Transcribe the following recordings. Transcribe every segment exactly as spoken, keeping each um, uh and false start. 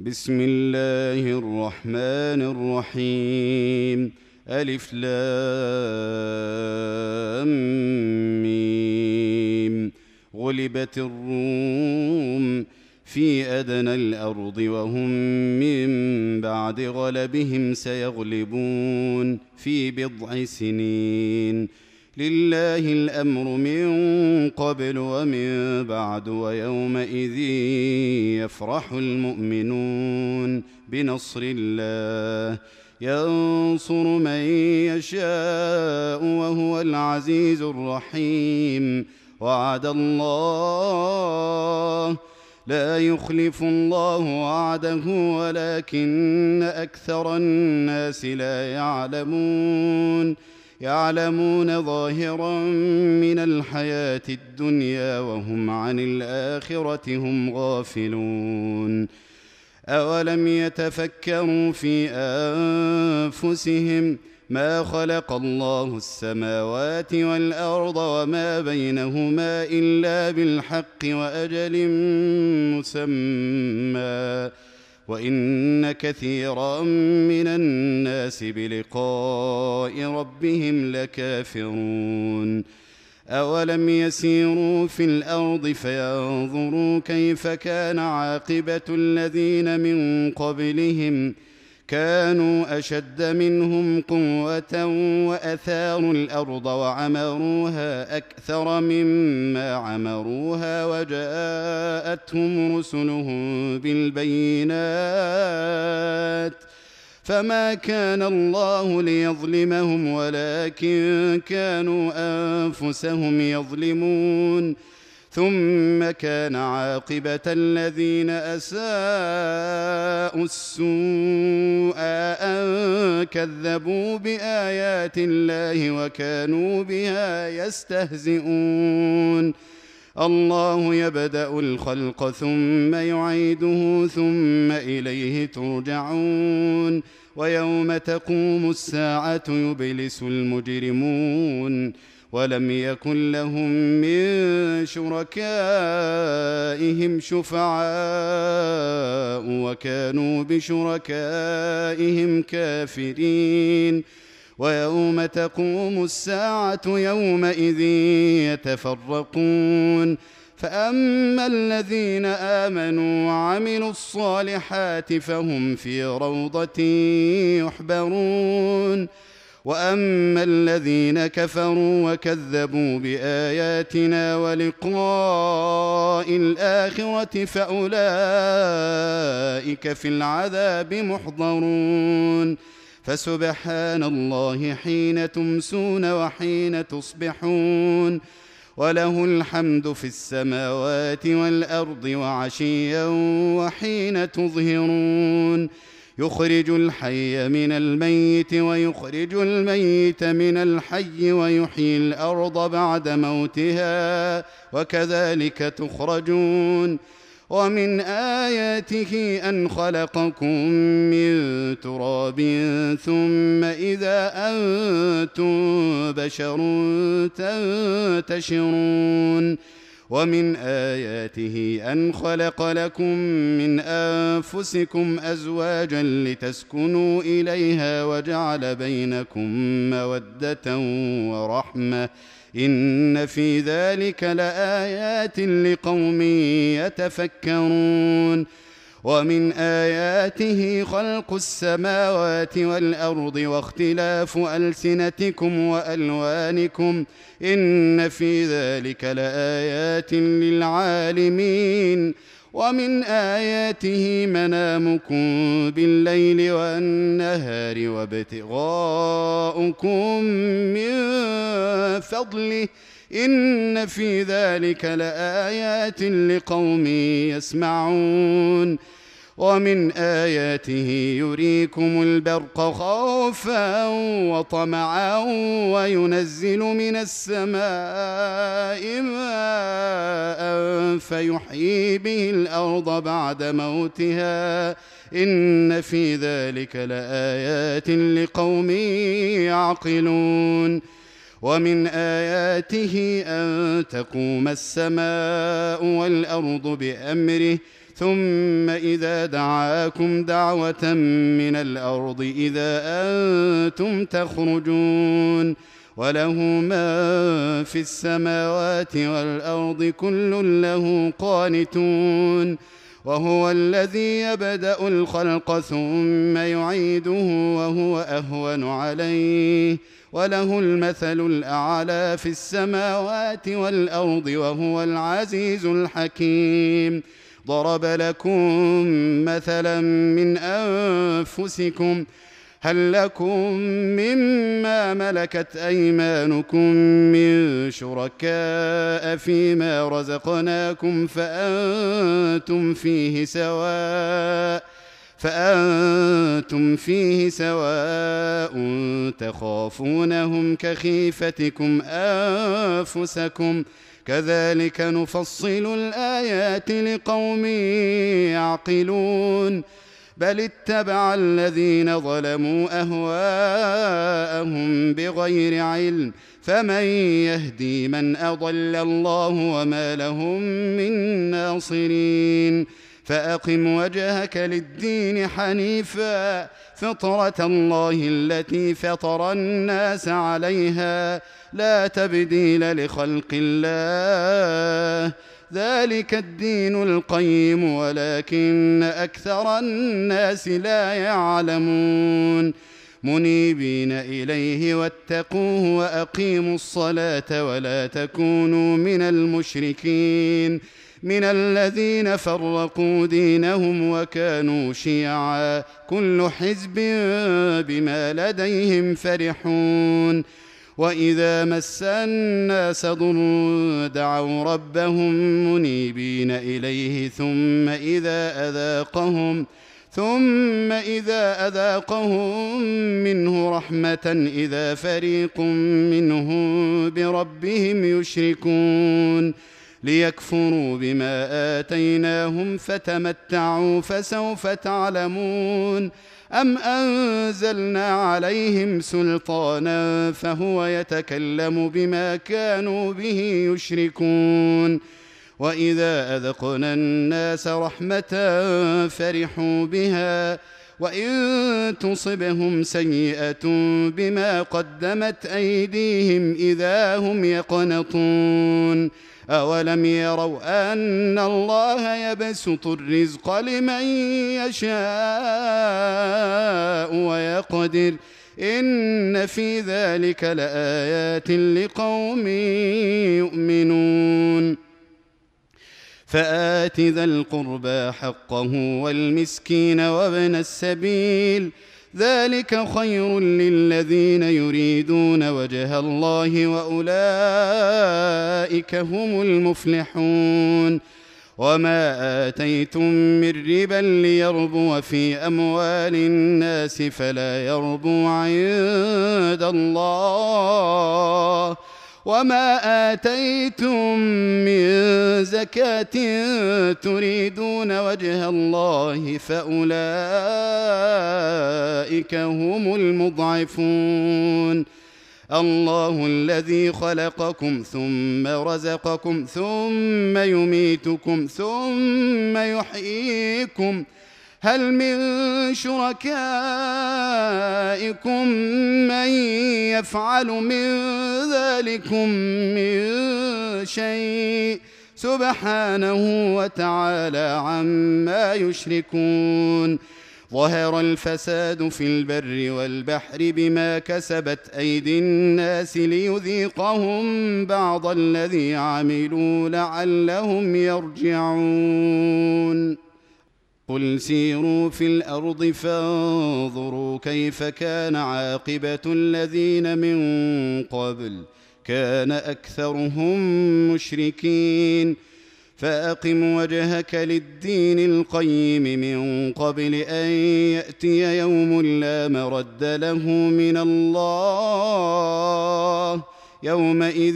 بسم الله الرحمن الرحيم. ألف لام ميم. غلبت الروم في أدنى الأرض وهم من بعد غلبهم سيغلبون في بضع سنين. لله الأمر من قبل ومن بعد ويومئذ يفرح المؤمنون بنصر الله ينصر من يشاء وهو العزيز الرحيم. وعد الله لا يخلف الله وعده ولكن أكثر الناس لا يعلمون يعلمون ظاهرا من الحياة الدنيا وهم عن الآخرة هم غافلون. أولم يتفكروا في أنفسهم ما خلق الله السماوات والأرض وما بينهما إلا بالحق وأجل مسمى وإن كثيرا من الناس بلقاء ربهم لكافرون. أولم يسيروا في الأرض فينظروا كيف كان عاقبة الذين من قبلهم كانوا أشد منهم قوة وأثاروا الأرض وعمروها أكثر مما عمروها وجاءتهم رسلهم بالبينات فما كان الله ليظلمهم ولكن كانوا أنفسهم يظلمون. ثم كان عاقبة الذين أساءوا السوء أن كذبوا بآيات الله وكانوا بها يستهزئون. الله يبدأ الخلق ثم يعيده ثم إليه ترجعون. ويوم تقوم الساعة يبلس المجرمون ولم يكن لهم من شركائهم شفعاء وكانوا بشركائهم كافرين. ويوم تقوم الساعة يومئذ يتفرقون فأما الذين آمنوا وعملوا الصالحات فهم في روضة يحبرون. وأما الذين كفروا وكذبوا بآياتنا ولقاء الآخرة فأولئك في العذاب محضرون. فسبحان الله حين تمسون وحين تصبحون وله الحمد في السماوات والأرض وعشيا وحين تظهرون. يخرج الحي من الميت ويخرج الميت من الحي ويحيي الأرض بعد موتها وكذلك تخرجون. ومن آياته أن خلقكم من تراب ثم إذا أنتم بشر تنتشرون. ومن آياته أن خلق لكم من أنفسكم أزواجا لتسكنوا إليها وجعل بينكم مودة ورحمة إن في ذلك لآيات لقوم يتفكرون. ومن آياته خلق السماوات والأرض واختلاف ألسنتكم وألوانكم إن في ذلك لآيات للعالمين. ومن آياته منامكم بالليل والنهار وابتغاؤكم من فضله إن في ذلك لآيات لقوم يسمعون. ومن آياته يريكم البرق خوفا وطمعا وينزل من السماء ماء فيحيي به الأرض بعد موتها إن في ذلك لآيات لقوم يعقلون. ومن آياته أن تقوم السماء والأرض بأمره ثم إذا دعاكم دعوة من الأرض إذا أنتم تخرجون وله ما في السماوات والأرض كل له قانتون وهو الذي يبدأ الخلق ثم يعيده وهو أهون عليه وله المثل الأعلى في السماوات والأرض وهو العزيز الحكيم ضرب لكم مثلا من أنفسكم هل لكم مما ملكت أيمانكم من شركاء فيما رزقناكم فأنتم فيه سواء فأنتم فيه سواء تخافونهم كخيفتكم أنفسكم كذلك نفصل الآيات لقوم يعقلون بل اتبع الذين ظلموا أهواءهم بغير علم فمن يهدي من أضل الله وما لهم من ناصرين فأقم وجهك للدين حنيفا فطرة الله التي فطر الناس عليها لا تبديل لخلق الله ذلك الدين القيم ولكن أكثر الناس لا يعلمون منيبين إليه واتقوه وأقيموا الصلاة ولا تكونوا من المشركين من الذين فرقوا دينهم وكانوا شيعا كل حزب بما لديهم فرحون وإذا مس الناس ضر دعوا ربهم منيبين إليه ثم إذا أذاقهم ثم إذا أذاقهم منه رحمة إذا فريق منهم بربهم يشركون ليكفروا بما آتيناهم فتمتعوا فسوف تعلمون أم أنزلنا عليهم سلطانا فهو يتكلم بما كانوا به يشركون وإذا أذقنا الناس رحمة فرحوا بها وإن تصبهم سيئة بما قدمت أيديهم إذا هم يقنطون أولم يروا أن الله يبسط الرزق لمن يشاء ويقدر إن في ذلك لآيات لقوم يؤمنون فآت ذا القربى حقه والمسكين وابن السبيل ذلك خير للذين يريدون وجه الله وأولئك هم المفلحون وما آتيتم من ربا ليربو في أموال الناس فلا يربو عند الله وما آتيتم من زكاة تريدون وجه الله فأولئك هم المضعفون الله الذي خلقكم ثم رزقكم ثم يميتكم ثم يحييكم هل من شركائكم من يفعل من ذلكم من شيء سبحانه وتعالى عما يشركون ظهر الفساد في البر والبحر بما كسبت أيدي الناس ليذيقهم بعض الذي عملوا لعلهم يرجعون قل سيروا في الأرض فانظروا كيف كان عاقبة الذين من قبل كان أكثرهم مشركين فأقم وجهك للدين القيم من قبل أن يأتي يوم لا مرد له من الله يومئذ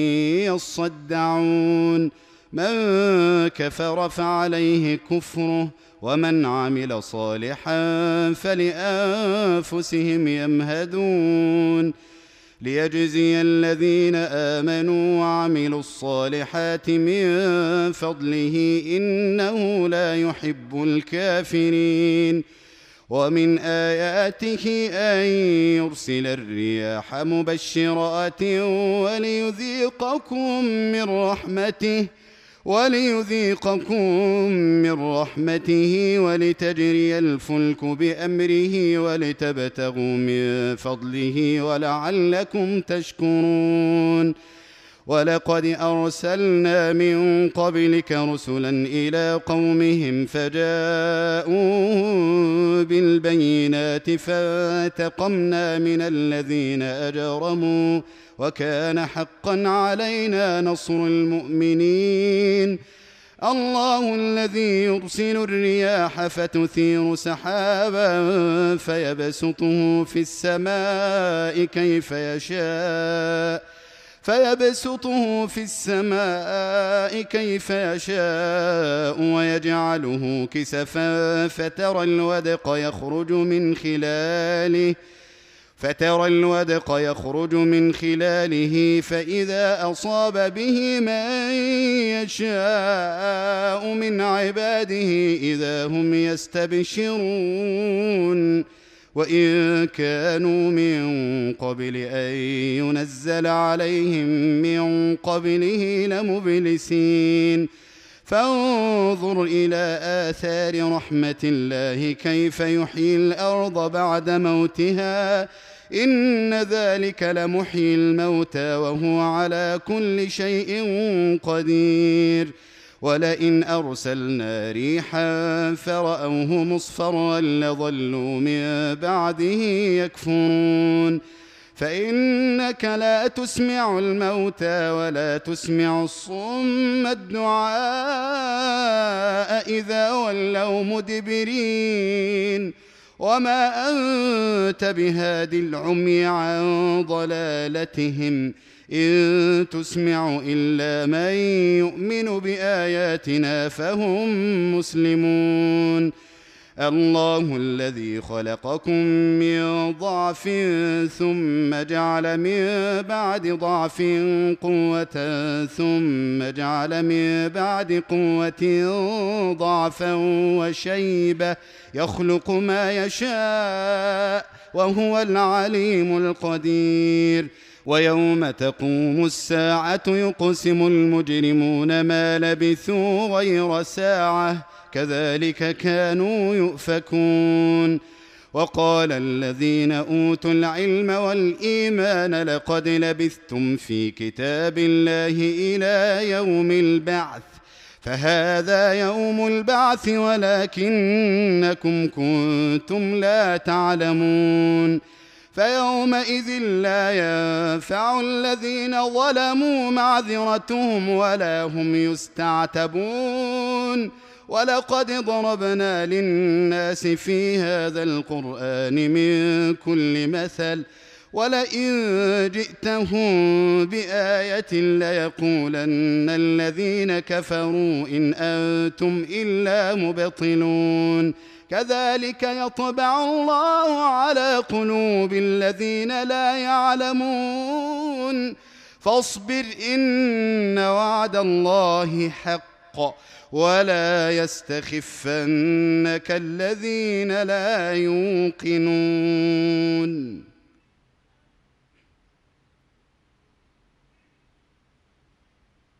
يصدعون من كفر فعليه كفره ومن عمل صالحا فلأنفسهم يمهدون ليجزي الذين آمنوا وعملوا الصالحات من فضله إنه لا يحب الكافرين. ومن آياته أن يرسل الرياح مبشرات وليذيقكم من رحمته وليذيقكم من رحمته ولتجري الفلك بأمره ولتبتغوا من فضله ولعلكم تشكرون. ولقد أرسلنا من قبلك رسلا إلى قومهم فجاءوا بالبينات فانتقمنا من الذين أجرموا وكان حقا علينا نصر المؤمنين. الله الذي يرسل الرياح فتثير سحابا فيبسطه في السماء كيف يشاء فيبسطه في السماء كيف يشاء ويجعله كسفا فترى الودق يخرج من خلاله فترى الودق يخرج من خلاله فإذا أصاب به من يشاء من عباده إذا هم يستبشرون. وإن كانوا من قبل أن ينزل عليهم من قبله لمبلسين. فانظر إلى آثار رحمة الله كيف يحيي الأرض بعد موتها إن ذلك لمحيي الموتى وهو على كل شيء قدير. ولئن أرسلنا ريحا فرأوه مصفرا لظلوا من بعده يكفرون. فإنك لا تسمع الموتى ولا تسمع الصم الدعاء إذا ولوا مدبرين. وما أنت بهاد العمي عن ضلالتهم إن تسمع إلا من يؤمن بآياتنا فهم مسلمون. الله الذي خلقكم من ضعف ثم جعل من بعد ضعف قوة ثم جعل من بعد قوة ضعفا وشيبة يخلق ما يشاء وهو العليم القدير. ويوم تقوم الساعة يقسم المجرمون ما لبثوا غير ساعة كذلك كانوا يؤفكون. وقال الذين أوتوا العلم والإيمان لقد لبثتم في كتاب الله إلى يوم البعث فهذا يوم البعث ولكنكم كنتم لا تعلمون. فيومئذ لا ينفع الذين ظلموا معذرتهم ولا هم يستعتبون. ولقد ضربنا للناس في هذا القرآن من كل مثل ولئن جئتهم بآية ليقولن الذين كفروا إن أنتم إلا مبطلون. كذلك يطبع الله على قلوب الذين لا يعلمون. فاصبر إن وعد الله حق ولا يستخفنك الذين لا يوقنون.